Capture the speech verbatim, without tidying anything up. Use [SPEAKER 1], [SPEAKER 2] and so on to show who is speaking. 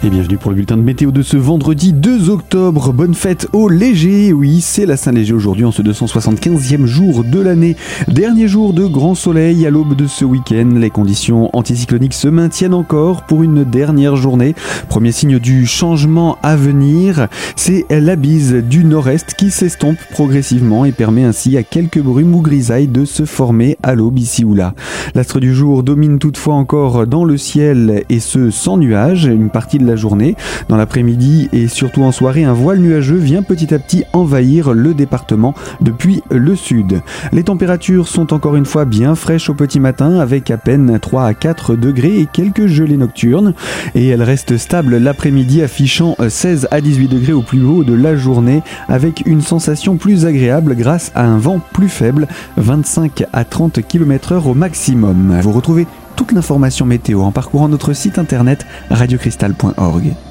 [SPEAKER 1] Et bienvenue pour le bulletin de météo de ce vendredi deux octobre. Bonne fête aux Légers. Oui, c'est la Saint-Léger aujourd'hui en ce deux cent soixante-quinzième jour de l'année. Dernier jour de grand soleil à l'aube de ce week-end. Les conditions anticycloniques se maintiennent encore pour une dernière journée. Premier signe du changement à venir, c'est la bise du nord-est qui s'estompe progressivement et permet ainsi à quelques brumes ou grisailles de se former à l'aube ici ou là. L'astre du jour domine toutefois encore dans le ciel et ce sans nuages, une partie de la journée. Dans l'après-midi et surtout en soirée, un voile nuageux vient petit à petit envahir le département depuis le sud. Les températures sont encore une fois bien fraîches au petit matin avec à peine trois à quatre degrés et quelques gelées nocturnes. Et elles restent stables l'après-midi affichant seize à dix-huit degrés au plus haut de la journée avec une sensation plus agréable grâce à un vent plus faible, vingt-cinq à trente kilomètres heure au maximum. Vous retrouvez toute l'information météo en parcourant notre site internet radio cristal point org.